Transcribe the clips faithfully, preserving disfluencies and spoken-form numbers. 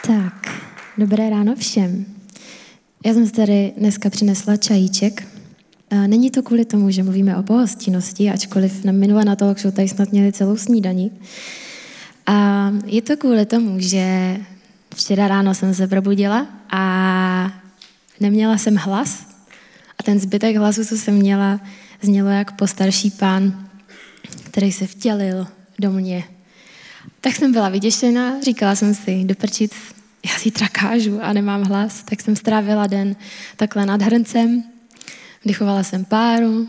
Tak, dobré ráno všem. Já jsem si tady dneska přinesla čajíček. Není to kvůli tomu, že mluvíme o pohostinnosti, ačkoliv na minule na talk show tady snad měli celou snídaní. A je to kvůli tomu, že včera ráno jsem se probudila a neměla jsem hlas. A ten zbytek hlasu, co jsem měla, znělo jak postarší pán, který se vtělil do mě. Tak jsem byla vyděšená, říkala jsem si, do prčic, já zítra kážu a nemám hlas. Tak jsem strávila den takhle nad hrncem, vdychovala jsem páru,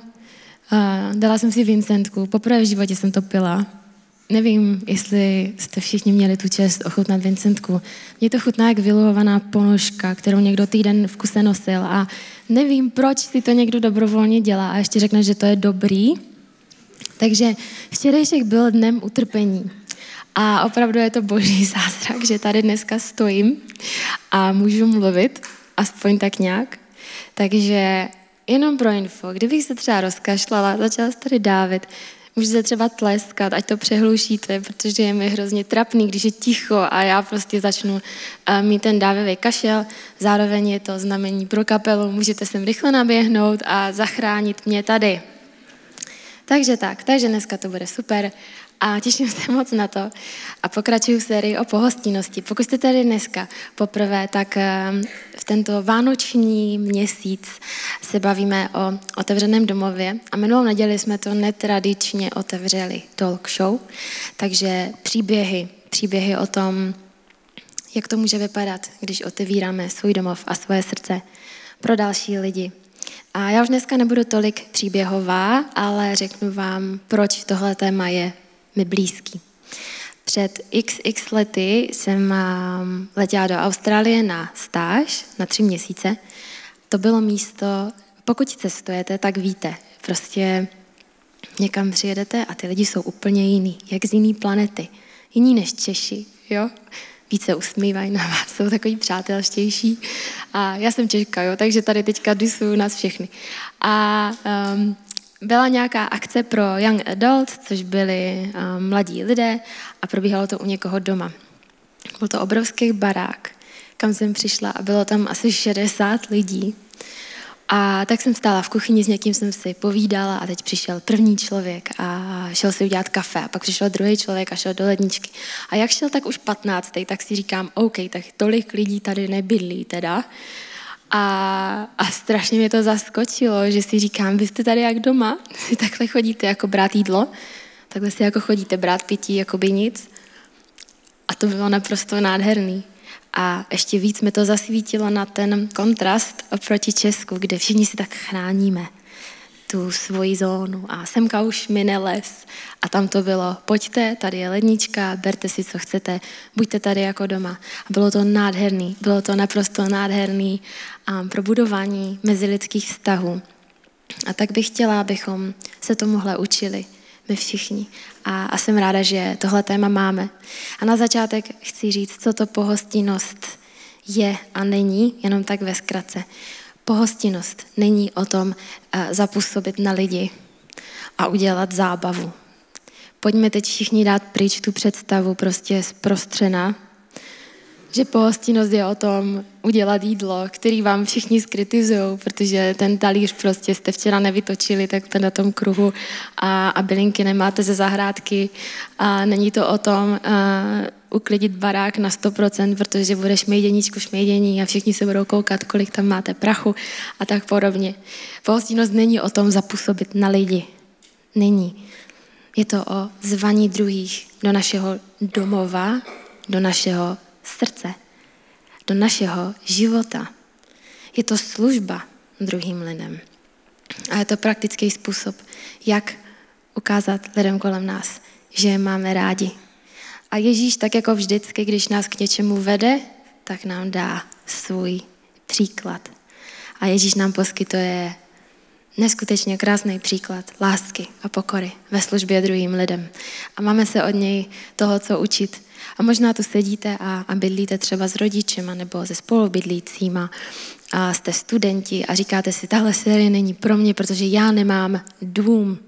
a dala jsem si Vincentku, poprvé v životě jsem to pila. Nevím, jestli jste všichni měli tu čest ochutnat Vincentku. Mně to chutná jak vyluhovaná ponožka, kterou někdo týden v kuse nosil a nevím, proč si to někdo dobrovolně dělá a ještě řekne, že to je dobrý. Takže včerejšek byl dnem utrpení. A opravdu je to boží zázrak, že tady dneska stojím a můžu mluvit, aspoň tak nějak. Takže jenom pro info, kdybych se třeba rozkašlala, začala se tady dávit, můžete třeba tleskat, ať to přehlušíte, protože je mi hrozně trapný, když je ticho a já prostě začnu uh, mít ten dávivý kašel. Zároveň je to znamení pro kapelu, můžete sem rychle naběhnout a zachránit mě tady. Takže tak, takže dneska to bude super a těším se moc na to a pokračuju v sérii o pohostinnosti. Pokud jste tady dneska poprvé, tak v tento vánoční měsíc se bavíme o otevřeném domově a minulou neděli jsme to netradičně otevřeli talk show, takže příběhy, příběhy o tom, jak to může vypadat, když otevíráme svůj domov a svoje srdce pro další lidi. A já už dneska nebudu tolik příběhová, ale řeknu vám, proč tohle téma je mi blízký. Před iks iks lety jsem letěla do Austrálie na stáž na tři měsíce. To bylo místo, pokud cestujete, tak víte, prostě někam přijedete a ty lidi jsou úplně jiný, jak z jiný planety. Jiní než Češi, jo? Více usmívají na vás, jsou takový přátelštější. A já jsem Češka, jo, takže tady teďka disuju nás všechny. A um, byla nějaká akce pro young adults, což byli um, mladí lidé a probíhalo to u někoho doma. Byl to obrovský barák, kam jsem přišla a bylo tam asi šedesát lidí. A tak jsem stála v kuchyni, s někým jsem si povídala a teď přišel první člověk a šel si udělat kafe a pak přišel druhý člověk a šel do ledničky. A jak šel tak už patnáctý, tak si říkám, OK, tak tolik lidí tady nebydlí teda. A, a strašně mě to zaskočilo, že si říkám, vy jste tady jak doma, si takhle chodíte jako brát jídlo, takhle si jako chodíte brát pití, jako by nic. A to bylo naprosto nádherný. A ještě víc mi to zasvítilo na ten kontrast oproti Česku, kde všichni si tak chráníme tu svoji zónu. A semka už mine les. A tam to bylo, pojďte, tady je lednička, berte si, co chcete, buďte tady jako doma. A bylo to nádherný, bylo to naprosto nádherný um, pro budování mezilidských vztahů. A tak bych chtěla, abychom se tomuhle učili. My všichni. A, a jsem ráda, že tohle téma máme. A na začátek chci říct, co to pohostinnost je a není, jenom tak ve zkratce. Pohostinnost není o tom uh, zapůsobit na lidi a udělat zábavu. Pojďme teď všichni dát pryč tu představu prostě zprostřená, že pohostinnost je o tom udělat jídlo, který vám všichni skritizujou, protože ten talíř prostě jste včera nevytočili, tak to na tom kruhu a, a bylinky nemáte ze zahrádky a není to o tom uh, uklidit barák na sto procent, protože bude šmejděníčku šmejdění a všichni se budou koukat, kolik tam máte prachu a tak podobně. Pohostinnost není o tom zapůsobit na lidi. Není. Je to o zvaní druhých do našeho domova, do našeho srdce, do našeho života. Je to služba druhým lidem. A je to praktický způsob, jak ukázat lidem kolem nás, že je máme rádi. A Ježíš, tak jako vždycky, když nás k něčemu vede, tak nám dá svůj příklad. A Ježíš nám poskytuje neskutečně krásný příklad lásky a pokory ve službě druhým lidem. A máme se od něj toho, co učit. A možná tu sedíte a, a bydlíte třeba s rodičema nebo se spolubydlícíma a jste studenti a říkáte si, tahle série není pro mě, protože já nemám dům.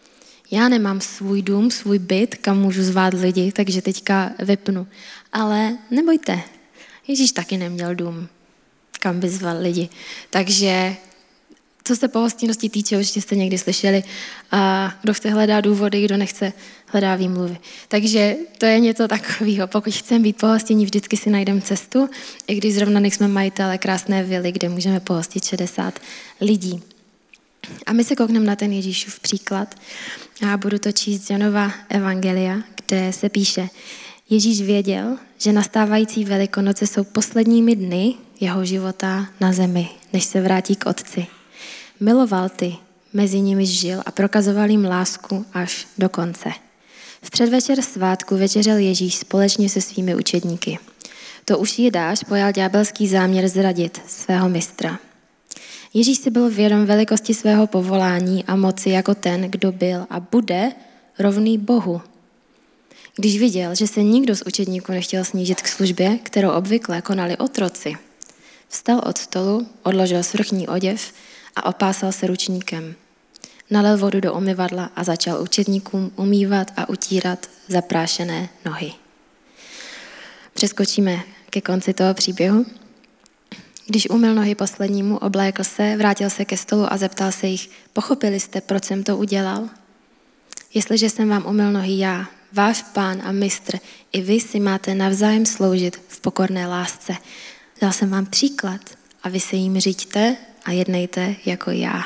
Já nemám svůj dům, svůj byt, kam můžu zvát lidi, takže teďka vypnu. Ale nebojte, Ježíš taky neměl dům, kam by zval lidi. Takže co se pohostinnosti týče, určitě jste někdy slyšeli, a kdo chce hledá důvody, kdo nechce hledá výmluvy. Takže to je něco takového. Pokud chceme být pohostinní, vždycky si najdeme cestu, i když zrovna nejsme majitele krásné vily, kde můžeme pohostit šedesát lidí. A my se koukneme na ten Ježíšův příklad. Já budu to číst z Janova evangelia, kde se píše: Ježíš věděl, že nastávající Velikonoce jsou posledními dny jeho života na zemi, než se vrátí k Otci. Miloval ty, mezi nimi žil a prokazoval jim lásku až do konce. V předvečer svátku večeřel Ježíš společně se svými učedníky. To už Jidáš pojal ďábelský záměr zradit svého mistra. Ježíš si byl vědom velikosti svého povolání a moci jako ten, kdo byl a bude rovný Bohu. Když viděl, že se nikdo z učedníků nechtěl snížit k službě, kterou obvykle konali otroci, vstal od stolu, odložil svrchní oděv a opásal se ručníkem. Nalil vodu do umyvadla a začal učedníkům umývat a utírat zaprášené nohy. Přeskočíme ke konci toho příběhu. Když umyl nohy poslednímu, oblékl se, vrátil se ke stolu a zeptal se jich: Pochopili jste, proč jsem to udělal? Jestliže jsem vám umyl nohy já, váš pán a mistr, i vy si máte navzájem sloužit v pokorné lásce. Dal jsem vám příklad a vy se jim říďte a jednejte jako já.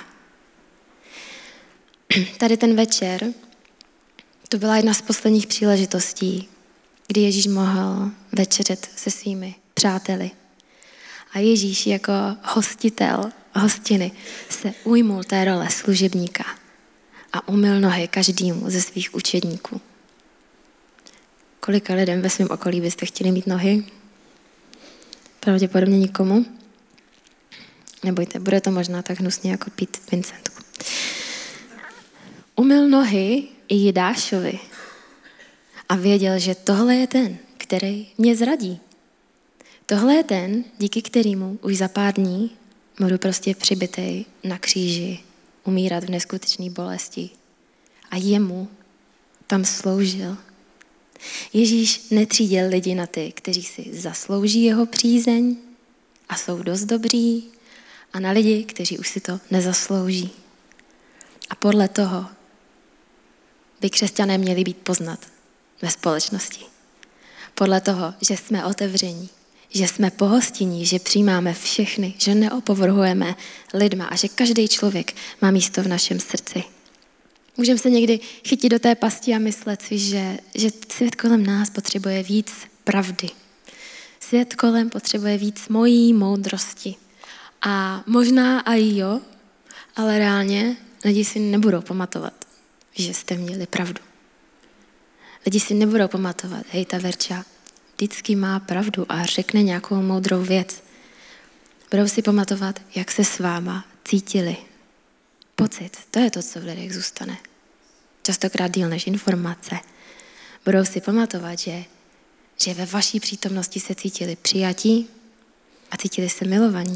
Tady ten večer, to byla jedna z posledních příležitostí, kdy Ježíš mohl večeřet se svými přáteli. A Ježíš jako hostitel hostiny se ujmul té role služebníka a umyl nohy každému ze svých učedníků. Kolika lidem ve svém okolí byste chtěli mít nohy? Pravděpodobně nikomu. Nebojte, bude to možná tak hnusně jako pít Vincentku. Umyl nohy i Jidášovi a věděl, že tohle je ten, který mě zradí. Tohle je ten, díky kterému už za pár dní budu prostě přibitej na kříži, umírat v neskutečné bolesti. A jemu tam sloužil. Ježíš netřídil lidi na ty, kteří si zaslouží jeho přízeň a jsou dost dobří, a na lidi, kteří už si to nezaslouží. A podle toho by křesťané měli být poznat ve společnosti. Podle toho, že jsme otevření, že jsme pohostinní, že přijímáme všechny, že neopovrhujeme lidma a že každý člověk má místo v našem srdci. Můžeme se někdy chytit do té pasti a myslet si, že, že svět kolem nás potřebuje víc pravdy. Svět kolem potřebuje víc mojí moudrosti. A možná i jo, ale reálně lidi si nebudou pamatovat, že jste měli pravdu. Lidi si nebudou pamatovat, hej, ta Verča vždycky má pravdu a řekne nějakou moudrou věc. Budou si pamatovat, jak se s váma cítili. Pocit, to je to, co v lidech zůstane. Častokrát díl než informace. Budou si pamatovat, že, že ve vaší přítomnosti se cítili přijatí a cítili se milovaní.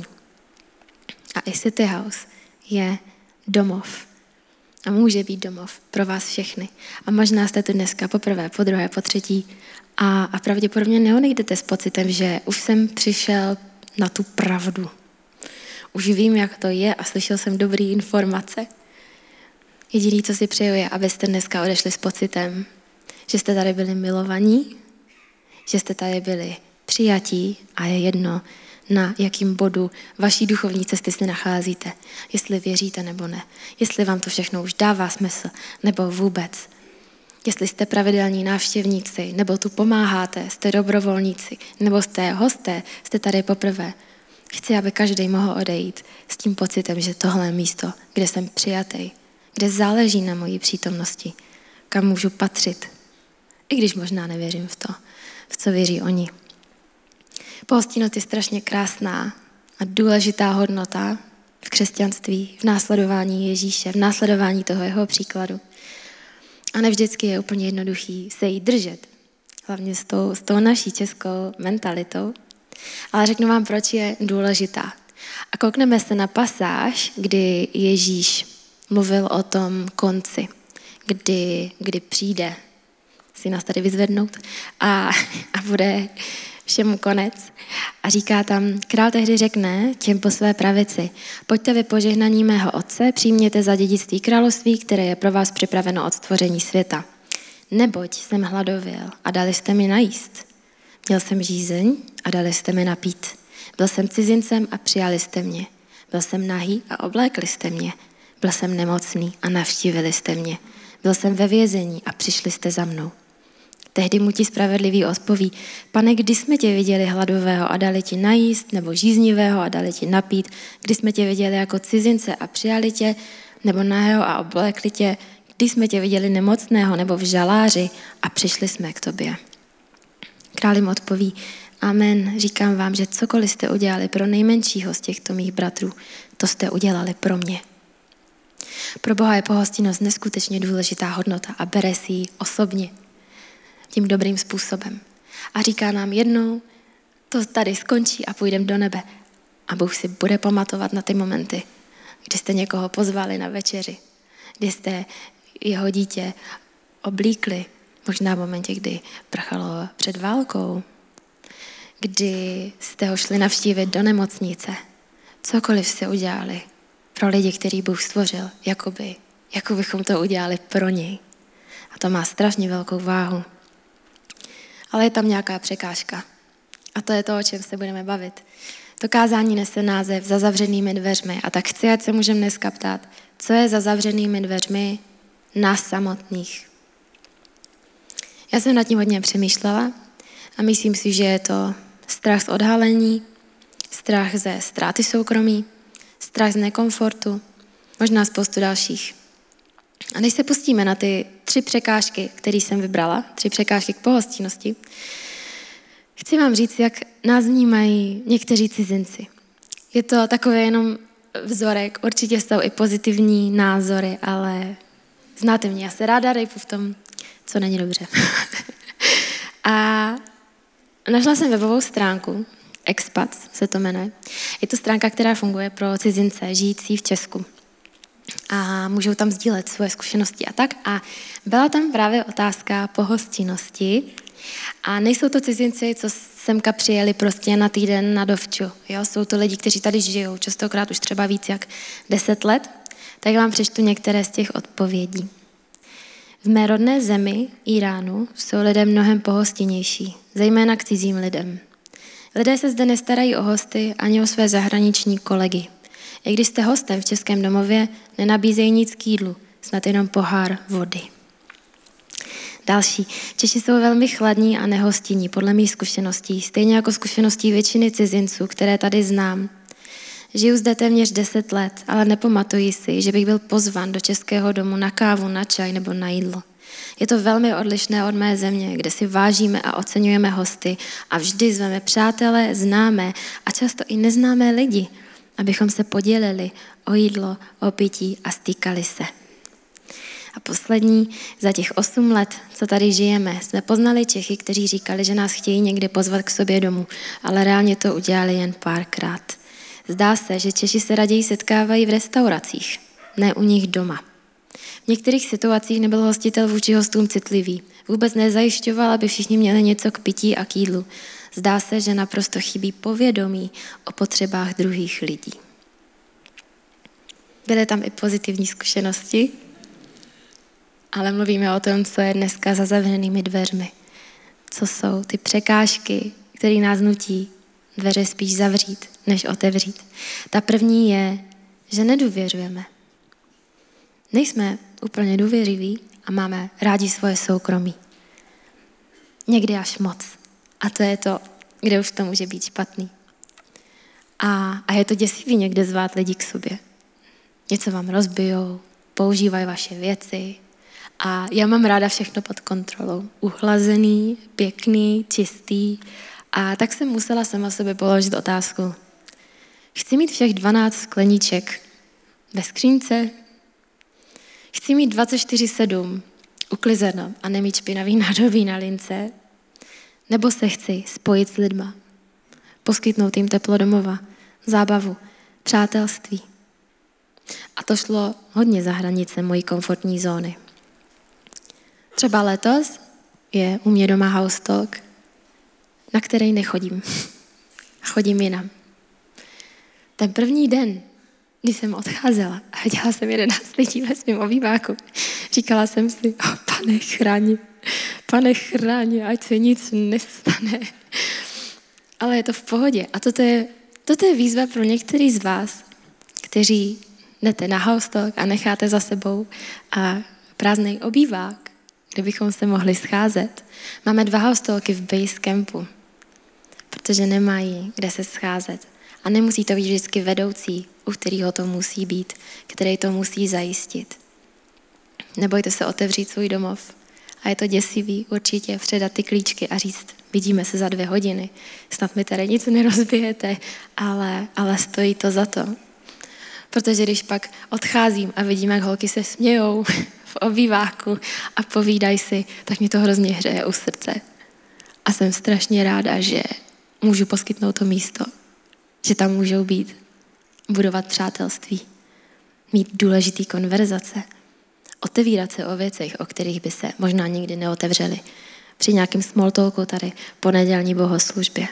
A i City House je domov. A může být domov pro vás všechny. A možná jste tu dneska poprvé, po druhé, po třetí a, a pravděpodobně neodejdete s pocitem, že už jsem přišel na tu pravdu. Už vím, jak to je a slyšel jsem dobrý informace. Jediný, co si přeju, je, abyste dneska odešli s pocitem, že jste tady byli milovaní, že jste tady byli přijatí a je jedno, na jakým bodu vaší duchovní cesty se nacházíte, jestli věříte nebo ne, jestli vám to všechno už dává smysl nebo vůbec, jestli jste pravidelní návštěvníci nebo tu pomáháte, jste dobrovolníci nebo jste hosté, jste tady poprvé. Chci, aby každý mohl odejít s tím pocitem, že tohle je místo, kde jsem přijatý, kde záleží na mojí přítomnosti, kam můžu patřit, i když možná nevěřím v to, v co věří oni. Pohostinnost je strašně krásná a důležitá hodnota v křesťanství, v následování Ježíše, v následování toho jeho příkladu. A ne vždycky je úplně jednoduchý se jí držet, hlavně s tou, s tou naší českou mentalitou. Ale řeknu vám, proč je důležitá. A koukneme se na pasáž, kdy Ježíš mluvil o tom konci, kdy, kdy přijde si nás tady vyzvednout a, a bude všemu konec. A říká tam, král tehdy řekne těm po své pravici, pojďte vy požehnaní mého otce, přijměte za dědictví království, které je pro vás připraveno od stvoření světa. Neboť jsem hladověl a dali jste mi najíst. Měl jsem žízeň a dali jste mi napít. Byl jsem cizincem a přijali jste mě. Byl jsem nahý a oblékli jste mě. Byl jsem nemocný a navštívili jste mě. Byl jsem ve vězení a přišli jste za mnou. Tehdy mu ti spravedlivý odpoví, pane, kdy jsme tě viděli hladového a dali ti najíst, nebo žíznivého a dali ti napít, kdy jsme tě viděli jako cizince a přijali tě, nebo nahého a oblékli tě, kdy jsme tě viděli nemocného nebo v žaláři a přišli jsme k tobě. Král jim odpoví, amen, říkám vám, že cokoliv jste udělali pro nejmenšího z těchto mých bratrů, to jste udělali pro mě. Pro Boha je pohostinnost neskutečně důležitá hodnota a bere si ji osobně, tím dobrým způsobem. A říká nám jednou, to tady skončí a půjdeme do nebe. A Bůh si bude pamatovat na ty momenty, kdy jste někoho pozvali na večeři, kdy jste jeho dítě oblíkli, možná v momentě, kdy prchalo před válkou, kdy jste ho šli navštívit do nemocnice. Cokoliv jste udělali pro lidi, který Bůh stvořil, jakoby, jako bychom to udělali pro něj. A to má strašně velkou váhu. Ale je tam nějaká překážka. A to je to, o čem se budeme bavit. To kázání nese název Za zavřenými dveřmi. A tak chci, ať se můžeme dneska ptát, co je za zavřenými dveřmi nás samotných. Já jsem nad tím hodně přemýšlela a myslím si, že je to strach z odhalení, strach ze ztráty soukromí, strach z nekomfortu, možná spoustu dalších. A než se pustíme na ty tři překážky, které jsem vybrala, tři překážky k pohostinnosti, chci vám říct, jak nás vnímají někteří cizinci. Je to takový jenom vzorek, určitě jsou i pozitivní názory, ale znáte mě, já se ráda rejpu v tom, co není dobře. A našla jsem webovou stránku, Expats se to jmenuje. Je to stránka, která funguje pro cizince žijící v Česku. A můžou tam sdílet svoje zkušenosti a tak. A byla tam právě otázka pohostinnosti. A nejsou to cizinci, co semka přijeli prostě na týden na dovču. Jo? Jsou to lidi, kteří tady žijou, častokrát už třeba víc jak deset let. Tak vám přečtu některé z těch odpovědí. V mé rodné zemi, Iránu, jsou lidé mnohem pohostinnější, zejména k cizím lidem. Lidé se zde nestarají o hosty ani o své zahraniční kolegy. I když jste hostem v českém domově, nenabízejí nic k jídlu, snad jenom pohár vody. Další. Češi jsou velmi chladní a nehostinní, podle mých zkušeností, stejně jako zkušeností většiny cizinců, které tady znám. Žiju zde téměř deset let, ale nepamatuji si, že bych byl pozván do českého domu na kávu, na čaj nebo na jídlo. Je to velmi odlišné od mé země, kde si vážíme a oceňujeme hosty a vždy zveme přátelé, známé a často i neznámé lidi, abychom se podělili o jídlo, o pití a stýkali se. A poslední, za těch osm let, co tady žijeme, jsme poznali Čechy, kteří říkali, že nás chtějí někdy pozvat k sobě domů, ale reálně to udělali jen párkrát. Zdá se, že Češi se raději setkávají v restauracích, ne u nich doma. V některých situacích nebyl hostitel vůči hostům citlivý. Vůbec nezajišťoval, aby všichni měli něco k pití a k jídlu. Zdá se, že naprosto chybí povědomí o potřebách druhých lidí. Byly tam i pozitivní zkušenosti, ale mluvíme o tom, co je dneska za zavřenými dveřmi. Co jsou ty překážky, které nás nutí dveře spíš zavřít, než otevřít. Ta první je, že nedůvěřujeme. Nejsme úplně důvěřiví a máme rádi svoje soukromí. Někdy až moc. A to je to, kde už to může být špatný. A, a je to děsivý někde zvát lidi k sobě. Něco vám rozbijou, používají vaše věci. A já mám ráda všechno pod kontrolou. Uchlazený, pěkný, čistý. A tak jsem musela sama sobě položit otázku. Chci mít všech dvanáct skleníček ve skřínce? Chci mít dvacet čtyři sedm uklizeno a nemít špinavý nádobí na lince? Nebo se chci spojit s lidma? Poskytnout jim teplo domova, zábavu, přátelství. A to šlo hodně za hranice mojí komfortní zóny. Třeba letos je u mě doma house talk. na který nechodím. A chodím jinam. Ten první den, kdy jsem odcházela a viděla jsem jedenáct lidí ve svém obýváku, říkala jsem si, oh, pane chráň, pane chráň, ať se nic nestane. Ale je to v pohodě. A toto je, toto je výzva pro některý z vás, kteří jdete na houstok a necháte za sebou a prázdnej obývák, kde bychom se mohli scházet. Máme dva houstolky v base campu, protože nemají kde se scházet. A nemusí to být vždycky vedoucí, u kterého to musí být, který to musí zajistit. Nebojte se otevřít svůj domov. A je to děsivý určitě předat ty klíčky a říct, vidíme se za dvě hodiny. Snad mi tady nic nerozbijete, ale, ale stojí to za to. Protože když pak odcházím a vidím, jak holky se smějou v obýváku a povídají si, tak mi to hrozně hřeje u srdce. A jsem strašně ráda, že můžu poskytnout to místo. Že tam můžou být, budovat přátelství, mít důležitý konverzace, otevírat se o věcech, o kterých by se možná nikdy neotevřeli. Při nějakém small talku tady po nedělní bohoslužbě.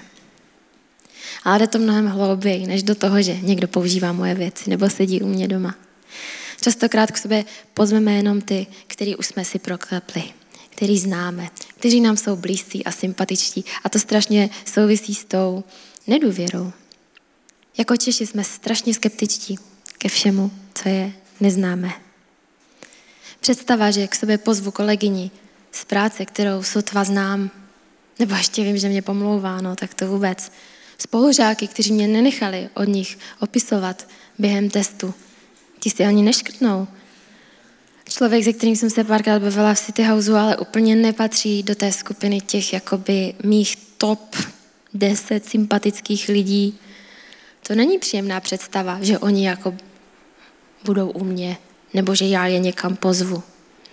Ale jde to mnohem hlouběji, než do toho, že někdo používá moje věci nebo sedí u mě doma. Častokrát k sobě pozveme jenom ty, který už jsme si proklepli, který známe, kteří nám jsou blízcí a sympatičtí. A to strašně souvisí s tou nedůvěrou. Jako Češi jsme strašně skeptičtí ke všemu, co je neznámé. Představa, že k sobě pozvu kolegyni z práce, kterou sotva znám, nebo ještě vím, že mě pomlouvá, no tak to vůbec. Spolužáky, kteří mě nenechali od nich opisovat během testu, ti si ani neškrtnou. Člověk, se kterým jsem se párkrát bavila v City Houseu, ale úplně nepatří do té skupiny těch jakoby mých top deset sympatických lidí. To není příjemná představa, že oni jako budou u mě, nebo že já je někam pozvu.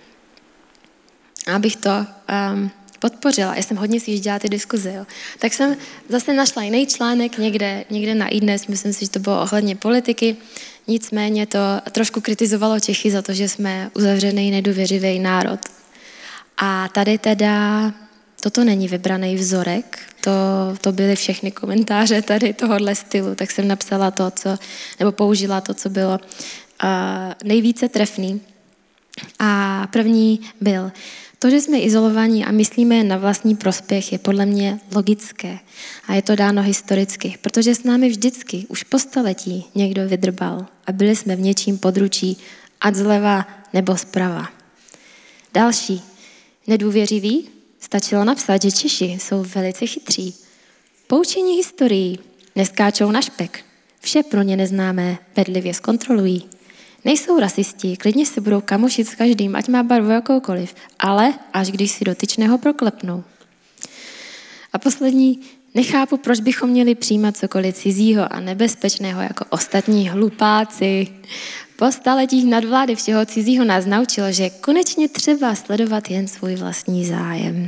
A abych to um, podpořila, já jsem hodně si již dělala ty diskuze, jo. Tak jsem zase našla jiný článek někde, někde na iDnes, myslím si, že to bylo ohledně politiky, nicméně to trošku kritizovalo Čechy za to, že jsme uzavřený, nedůvěřivý národ. A tady teda toto není vybraný vzorek, to, to byly všechny komentáře tady tohohle stylu, tak jsem napsala to, co, nebo použila to, co bylo uh, nejvíce trefný. A první byl, to, že jsme izolovaní a myslíme na vlastní prospěch, je podle mě logické. A je to dáno historicky, protože s námi vždycky, už po staletí, někdo vydrbal a byli jsme v něčím područí, ať zleva nebo zprava. Další, nedůvěřivý, stačilo napsat, že Češi jsou velice chytří. Poučení historií, neskáčou na špek, vše pro ně neznámé bedlivě zkontrolují. Nejsou rasisti, klidně se budou kamošit s každým, ať má barvu jakoukoliv, ale až když si dotyčného proklepnou. A poslední, nechápu, proč bychom měli přijímat cokoliv cizího a nebezpečného jako ostatní hlupáci. Po staletích nadvlády všeho cizího nás naučilo, že konečně třeba sledovat jen svůj vlastní zájem.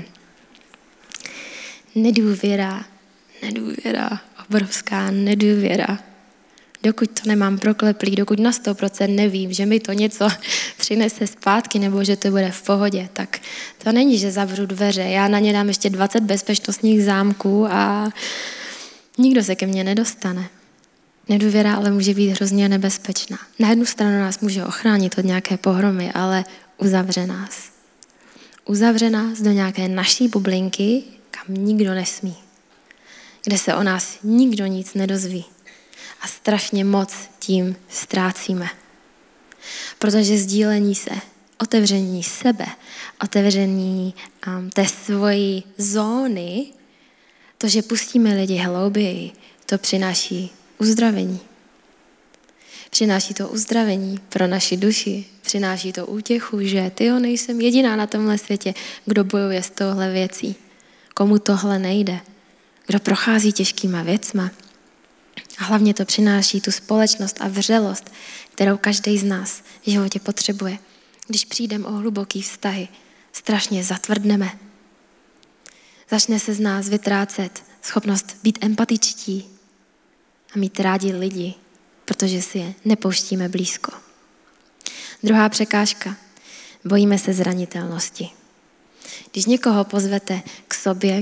Nedůvěra, nedůvěra, obrovská nedůvěra. Dokud to nemám prokleplý, dokud na sto procent nevím, že mi to něco přinese zpátky nebo že to bude v pohodě, tak to není, že zavřu dveře. Já na ně dám ještě dvacet bezpečnostních zámků a nikdo se ke mně nedostane. Nedůvěra ale může být hrozně nebezpečná. Na jednu stranu nás může ochránit od nějaké pohromy, ale uzavře nás. Uzavře nás do nějaké naší bublinky, kam nikdo nesmí. Kde se o nás nikdo nic nedozví. A strašně moc tím ztrácíme. Protože sdílení se, otevření sebe, otevření um, té svojí zóny, to, že pustíme lidi hlouběji, to přináší uzdravení. Přináší to uzdravení pro naši duši, přináší to útěchu, že tyjo, nejsem jediná na tomhle světě, kdo bojuje s touhle věcí, komu tohle nejde, kdo prochází těžkýma věcma. A hlavně to přináší tu společnost a vřelost, kterou každý z nás v životě potřebuje. Když přijdeme o hluboký vztahy, strašně zatvrdneme. Začne se z nás vytrácet schopnost být empatičtí a mít rádi lidi, protože si je nepouštíme blízko. Druhá překážka. Bojíme se zranitelnosti. Když někoho pozvete k sobě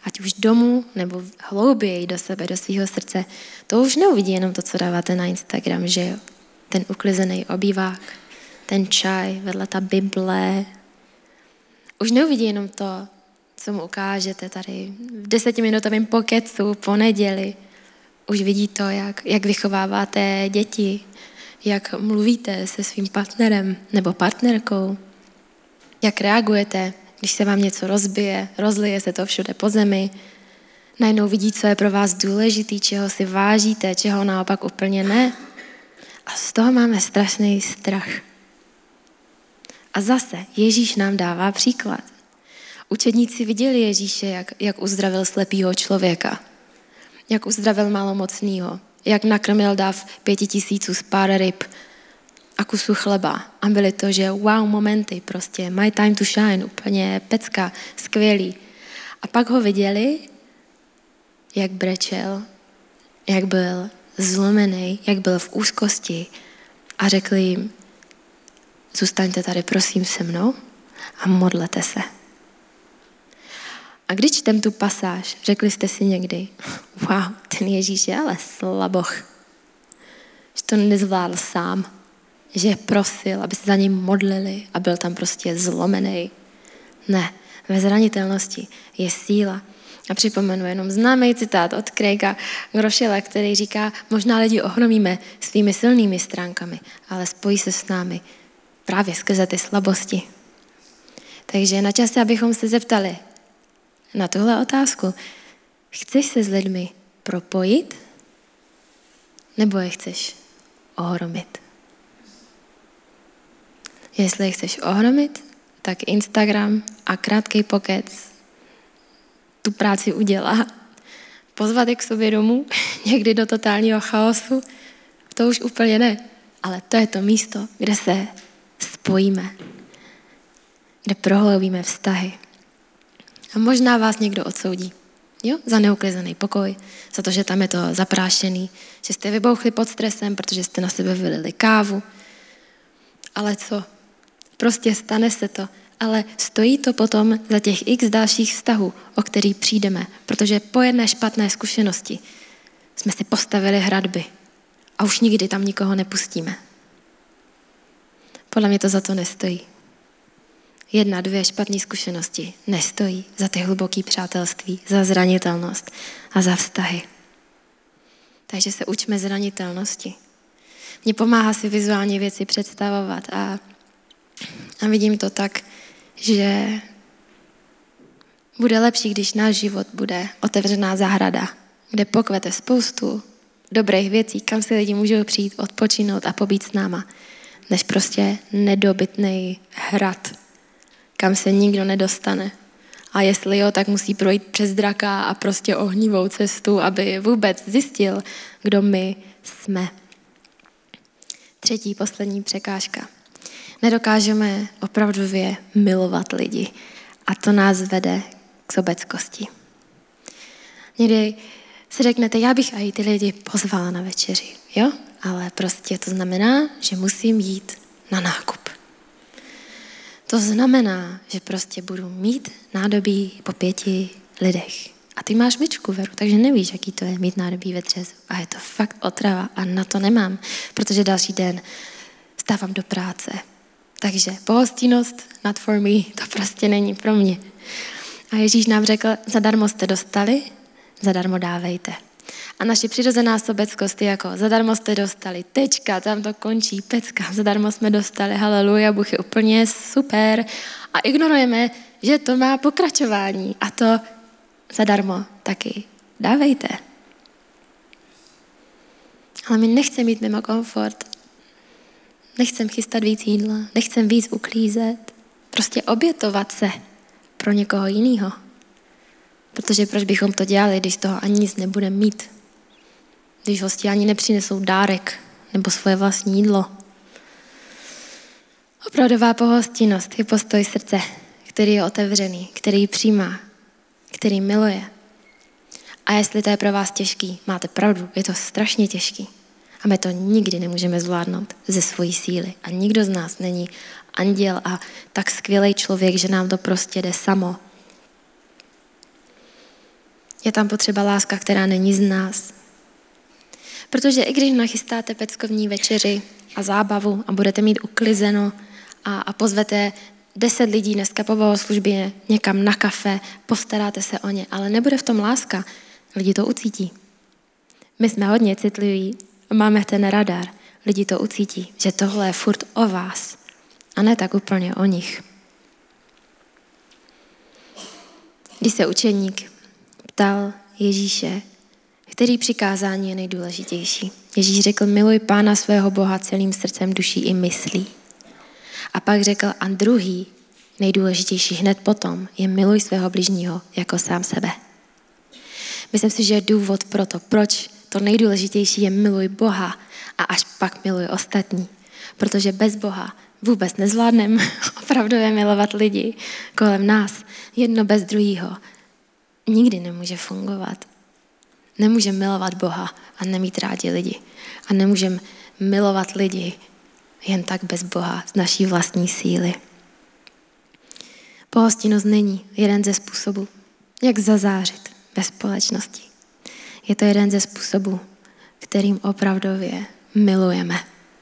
ať už domů, nebo hlouběji do sebe, do svého srdce, to už neuvidí jenom to, co dáváte na Instagram, že jo? Ten uklizený obývák, ten čaj, vedle ta Bible. Už neuvidí jenom to, co mu ukážete tady v desetiminutovém pokecu po neděli. Už vidí to, jak, jak vychováváte děti, jak mluvíte se svým partnerem nebo partnerkou, jak reagujete, když se vám něco rozbije, rozlije se to všude po zemi. Najednou vidí, co je pro vás důležitý, čeho si vážíte, čeho naopak úplně ne. A z toho máme strašný strach. A zase Ježíš nám dává příklad. Učedníci viděli Ježíše, jak, jak uzdravil slepýho člověka, jak uzdravil malomocnýho, jak nakrmil dav pěti tisíců z pár ryb a kusu chleba. A byly to, že wow momenty, prostě my time to shine, úplně pecka, skvělý. A pak ho viděli, jak brečel, jak byl zlomený, jak byl v úzkosti a řekli jim, zůstaňte tady prosím se mnou a modlete se. A když čtem tu pasáž, řekli jste si někdy, wow, ten Ježíš je ale slaboch, že to nezvládl sám, že prosil, aby se za ním modlili a byl tam prostě zlomený. Ne, ve zranitelnosti je síla. A připomenu jenom známý citát od Craiga Groeschela, který říká, možná lidi ohromíme svými silnými stránkami, ale spojí se s námi právě skrze ty slabosti. Takže na čase, abychom se zeptali na tuhle otázku. Chceš se s lidmi propojit? Nebo je chceš ohromit? Jestli je chceš ohromit, tak Instagram a krátkej pokec tu práci udělá. Pozvat je k sobě domů, někdy do totálního chaosu, to už úplně ne. Ale to je to místo, kde se spojíme, kde prohloubíme vztahy. A možná vás někdo odsoudí, jo? Za neuklizený pokoj, za to, že tam je to zaprášený, že jste vybouchli pod stresem, protože jste na sebe vylili kávu. Ale co? Prostě stane se to. Ale stojí to potom za těch x dalších vztahů, o který přijdeme, protože po jedné špatné zkušenosti jsme si postavili hradby a už nikdy tam nikoho nepustíme. Podle mě to za to nestojí. Jedna, dvě špatné zkušenosti nestojí za ty hluboké přátelství, za zranitelnost a za vztahy. Takže se učme zranitelnosti. Mně pomáhá si vizuálně věci představovat a, a vidím to tak, že bude lepší, když náš život bude otevřená zahrada, kde pokvete spoustu dobrých věcí, kam si lidi můžou přijít, odpočinout a pobít s náma, než prostě nedobytný hrad, kam se nikdo nedostane. A jestli jo, tak musí projít přes draka a prostě ohnivou cestu, aby vůbec zjistil, kdo my jsme. Třetí, poslední překážka. Nedokážeme opravdově milovat lidi a to nás vede k sobeckosti. Někdy si řeknete, já bych i ty lidi pozvala na večeři, jo? Ale prostě to znamená, že musím jít na nákup. To znamená, že prostě budu mít nádobí po pěti lidech. A ty máš myčku, Veru, takže nevíš, jaký to je mít nádobí ve třezu. A je to fakt otrava a na to nemám, protože další den stávám do práce. Takže pohostinnost not for me, to prostě není pro mě. A Ježíš nám řekl, zadarmo jste dostali, zadarmo dávejte. A naše přirozená sobeckost je jako, zadarmo jste dostali, tečka, tam to končí, pecka, zadarmo jsme dostali, haleluja, Bůh je úplně super. A ignorujeme, že to má pokračování a to zadarmo taky dávejte. Ale my nechceme mít mimo komfort, nechcem chystat víc jídla, nechcem víc uklízet, prostě obětovat se pro někoho jiného. Protože proč bychom to dělali, když z toho ani nic nebudeme mít? Když hosti ani nepřinesou dárek nebo svoje vlastní jídlo. Opravdová pohostinnost je postoj srdce, který je otevřený, který přijímá, který miluje. A jestli to je pro vás těžký, máte pravdu, je to strašně těžký. A my to nikdy nemůžeme zvládnout ze svojí síly. A nikdo z nás není anděl a tak skvělý člověk, že nám to prostě jde samo. Je tam potřeba láska, která není z nás. Protože i když nachystáte peckovní večeři a zábavu a budete mít uklizeno a, a pozvete deset lidí dneska po bohoslužbě někam na kafe, postaráte se o ně, ale nebude v tom láska, lidi to ucítí. My jsme hodně citliví, máme ten radar, lidi to ucítí, že tohle je furt o vás a ne tak úplně o nich. Když se učedník ptal Ježíše, který přikázání je nejdůležitější. Ježíš řekl, miluj Pána svého Boha celým srdcem, duší i myslí. A pak řekl, a druhý, nejdůležitější hned potom, je miluj svého bližního jako sám sebe. Myslím si, že je důvod pro to, proč to nejdůležitější je miluj Boha a až pak miluj ostatní. Protože bez Boha vůbec nezvládneme opravdově milovat lidi kolem nás. Jedno bez druhého nikdy nemůže fungovat. Nemůžeme milovat Boha a nemít rádi lidi. A nemůžeme milovat lidi jen tak bez Boha z naší vlastní síly. Pohostinnost není jeden ze způsobů, jak zazářit ve společnosti. Je to jeden ze způsobů, kterým opravdově milujeme.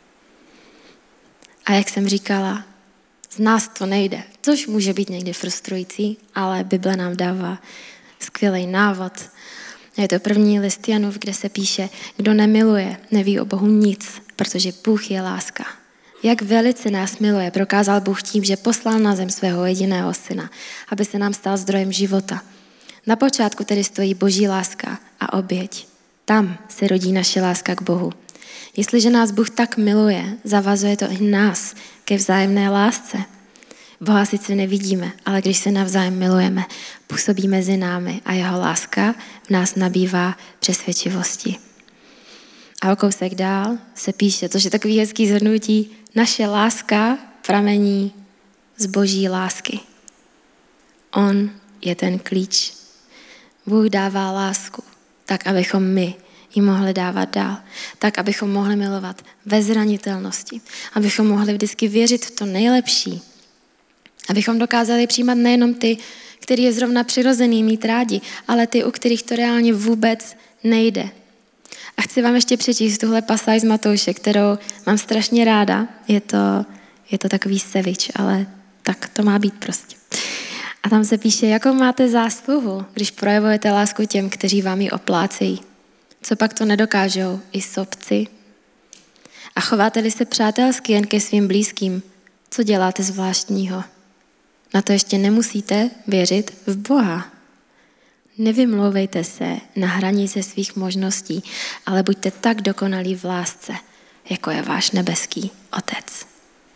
A jak jsem říkala, z nás to nejde, což může být někdy frustrující, ale Bible nám dává skvělý návod. Je to první list Janův, kde se píše, kdo nemiluje, neví o Bohu nic, protože Bůh je láska. Jak velice nás miluje, prokázal Bůh tím, že poslal na zem svého jediného syna, aby se nám stal zdrojem života. Na počátku tedy stojí Boží láska a oběť. Tam se rodí naše láska k Bohu. Jestliže nás Bůh tak miluje, zavazuje to i nás ke vzájemné lásce. Boha sice nevidíme, ale když se navzájem milujeme, působí mezi námi a jeho láska v nás nabývá přesvědčivosti. A o kousek dál se píše, což je takový hezký zhrnutí, naše láska pramení z Boží lásky. On je ten klíč. Bůh dává lásku, tak abychom my ji mohli dávat dál, tak abychom mohli milovat ve zranitelnosti, abychom mohli vždycky věřit v to nejlepší, abychom dokázali přijímat nejenom ty, který je zrovna přirozený mít rádi, ale ty, u kterých to reálně vůbec nejde. A chci vám ještě přečíst tuhle pasáž z Matouše, kterou mám strašně ráda. Je to, je to takový sevič, ale tak to má být prostě. A tam se píše, jakou máte zásluhu, když projevujete lásku těm, kteří vám ji oplácejí. Co pak to nedokážou i sobci? A chováte-li se přátelsky jen ke svým blízkým, co děláte zvláštního? Na to ještě nemusíte věřit v Boha. Nevymlouvejte se na hranice svých možností, ale buďte tak dokonalí v lásce, jako je váš nebeský Otec.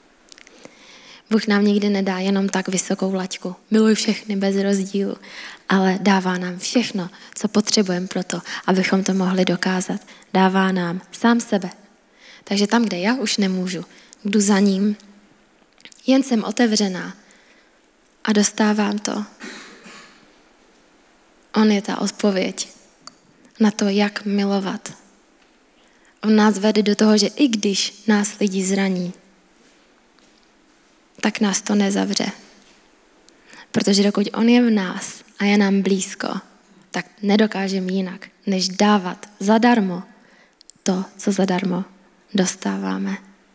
Bůh nám nikdy nedá jenom tak vysokou laťku. Miluj všechny bez rozdílu, ale dává nám všechno, co potřebujeme pro to, abychom to mohli dokázat. Dává nám sám sebe. Takže tam, kde já už nemůžu, jdu za ním, jen jsem otevřená a dostávám to. On je ta odpověď na to, jak milovat. On nás vede do toho, že i když nás lidi zraní, tak nás to nezavře. Protože dokud on je v nás a je nám blízko, tak nedokážeme jinak, než dávat zadarmo to, co zadarmo dostáváme.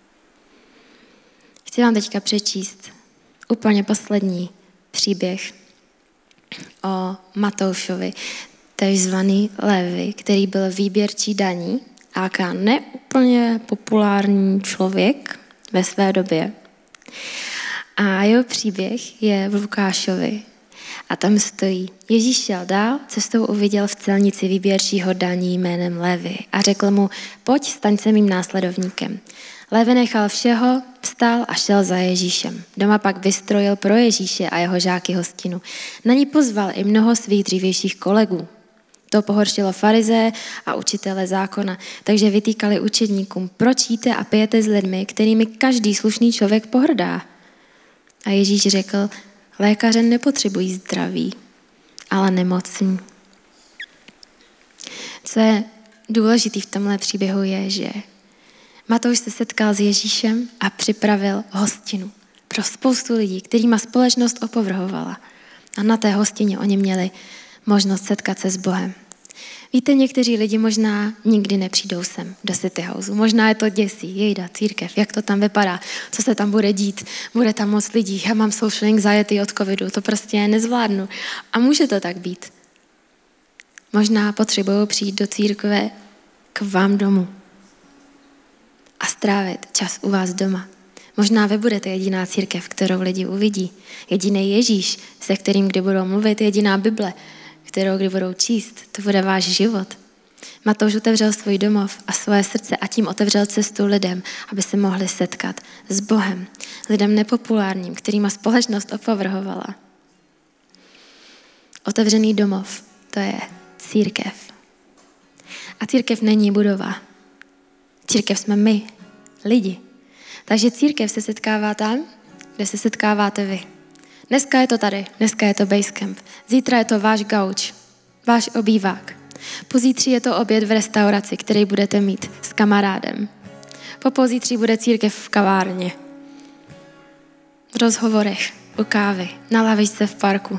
Chci vám teďka přečíst úplně poslední příběh o Matoušovi, takzvaný Levi, který byl výběrčí daní a neúplně populární člověk ve své době. A jeho příběh je v Lukášovi. A tam stojí, Ježíš šel dál, cestou uviděl v celnici výběrčího daní jménem Levi a řekl mu, pojď, staň se mým následovníkem. Levi nechal všeho, vstal a šel za Ježíšem. Doma pak vystrojil pro Ježíše a jeho žáky hostinu. Na ní pozval i mnoho svých dřívějších kolegů. To pohoršilo farizeje a učitele zákona, takže vytýkali učedníkům, proč jíte a pijete s lidmi, kterými každý slušný člověk pohrdá. A Ježíš řekl, lékaře nepotřebují zdraví, ale nemocní. Co je důležitý v tomhle příběhu je, že Matouš se setkal s Ježíšem a připravil hostinu pro spoustu lidí, kterýma společnost opovrhovala. A na té hostině oni měli možnost setkat se s Bohem. Víte, někteří lidi možná nikdy nepřijdou sem do City House. Možná je to děsí, jejda, církev, jak to tam vypadá, co se tam bude dít, bude tam moc lidí, já mám social anxiety od covidu, to prostě nezvládnu. A může to tak být. Možná potřebují přijít do církve k vám domů a strávit čas u vás doma. Možná vy budete jediná církev, kterou lidi uvidí. Jediný Ježíš, se kterým kdy budou mluvit, jediná Bible, kterou kdy budou číst. To bude váš život. Matouš otevřel svůj domov a svoje srdce a tím otevřel cestu lidem, aby se mohli setkat s Bohem. Lidem nepopulárním, kterýma společnost opovrhovala. Otevřený domov, to je církev. A církev není budova. Církev jsme my, lidi. Takže církev se setkává tam, kde se setkáváte vy. Dneska je to tady, dneska je to basecamp. Zítra je to váš gauč, váš obývák. Pozítří je to oběd v restauraci, který budete mít s kamarádem. Popozítří bude církev v kavárně. V rozhovorech, u kávy, na lavičce v parku.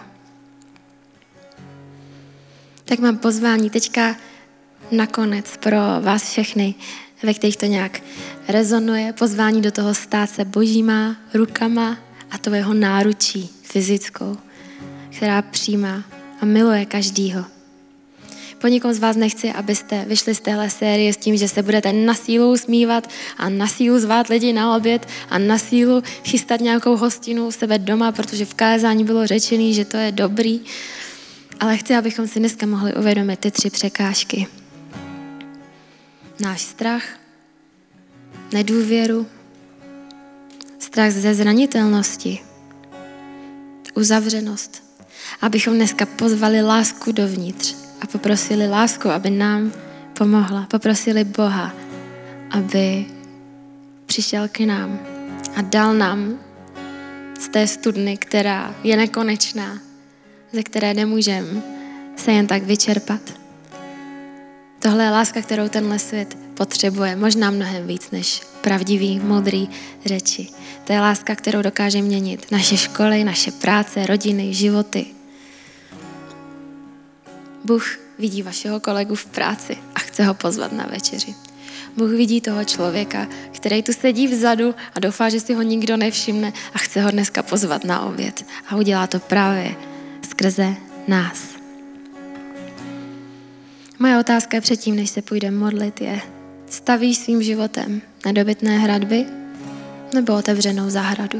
Tak mám pozvání teďka nakonec pro vás všechny, ve kterých to nějak rezonuje, pozvání do toho stát se božíma rukama a to jeho náručí fyzickou, která přijímá a miluje každýho. Po nikom z vás nechci, abyste vyšli z téhle série s tím, že se budete na sílu usmívat a na sílu zvát lidi na oběd a na sílu chystat nějakou hostinu u sebe doma, protože v kázání bylo řečený, že to je dobrý. Ale chci, abychom si dneska mohli uvědomit ty tři překážky. Náš strach, nedůvěru, strach ze zranitelnosti, uzavřenost. Abychom dneska pozvali lásku dovnitř a poprosili lásku, aby nám pomohla. Poprosili Boha, aby přišel k nám a dal nám z té studny, která je nekonečná, ze které nemůžeme se jen tak vyčerpat. Tohle je láska, kterou tenhle svět potřebuje, možná mnohem víc než pravdivý, moudrý řeči. To je láska, kterou dokáže měnit naše školy, naše práce, rodiny, životy. Bůh vidí vašeho kolegu v práci a chce ho pozvat na večeři. Bůh vidí toho člověka, který tu sedí vzadu a doufá, že si ho nikdo nevšimne a chce ho dneska pozvat na oběd. A udělá to právě skrze nás. Moje otázka předtím, než se půjdeme modlit, je: stavíš svým životem nedobytné hradby nebo otevřenou zahradu?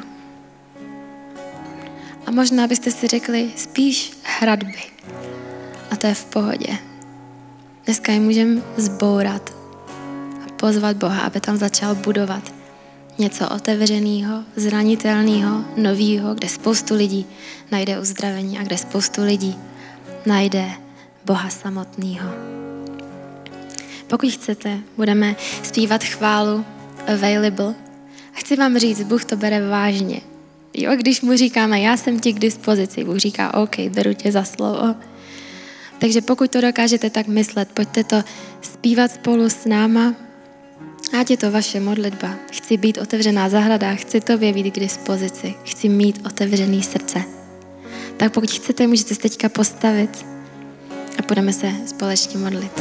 A možná byste si řekli spíš hradby. A to je v pohodě. Dneska je můžeme zbourat a pozvat Boha, aby tam začal budovat něco otevřeného, zranitelného, nového, kde spoustu lidí najde uzdravení a kde spoustu lidí najde Boha samotného. Pokud chcete, budeme zpívat chválu Available. Chci vám říct, Bůh to bere vážně. Jo, když mu říkáme, já jsem ti k dispozici, Bůh říká, OK, beru tě za slovo. Takže pokud to dokážete tak myslet, pojďte to zpívat spolu s náma. Ať je to vaše modlitba. Chci být otevřená zahrada, chci tobě být k dispozici, chci mít otevřený srdce. Tak pokud chcete, můžete se teďka postavit a budeme se společně modlit.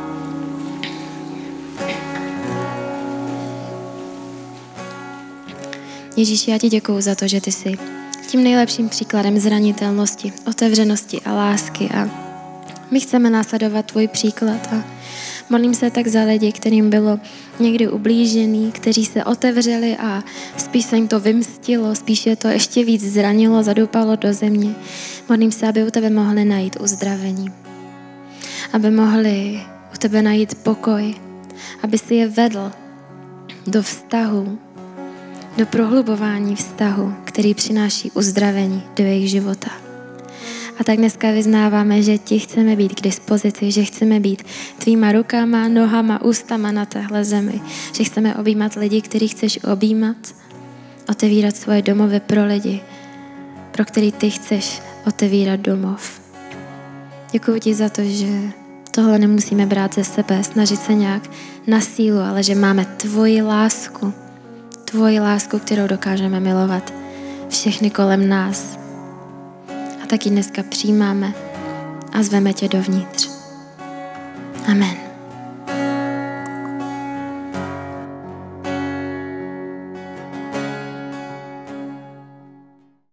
Ježíši, já ti děkuju za to, že ty jsi tím nejlepším příkladem zranitelnosti, otevřenosti a lásky a my chceme následovat tvůj příklad a modlím se tak za lidi, kterým bylo někdy ublížený, kteří se otevřeli a spíš se jim to vymstilo, spíš je to ještě víc zranilo, zadoupalo do země. Modlím se, aby u tebe mohli najít uzdravení, aby mohli u tebe najít pokoj, aby si je vedl do vztahu, do prohlubování vztahu, který přináší uzdravení do jejich života. A tak dneska vyznáváme, že ti chceme být k dispozici, že chceme být tvýma rukama, nohama, ústama na téhle zemi, že chceme objímat lidi, který chceš objímat, otevírat svoje domovy pro lidi, pro který ty chceš otevírat domov. Děkuji ti za to, že tohle nemusíme brát ze sebe, snažit se nějak na sílu, ale že máme tvoji lásku, tvoji lásku, kterou dokážeme milovat všechny kolem nás. A taky dneska přijímáme a zveme tě dovnitř. Amen.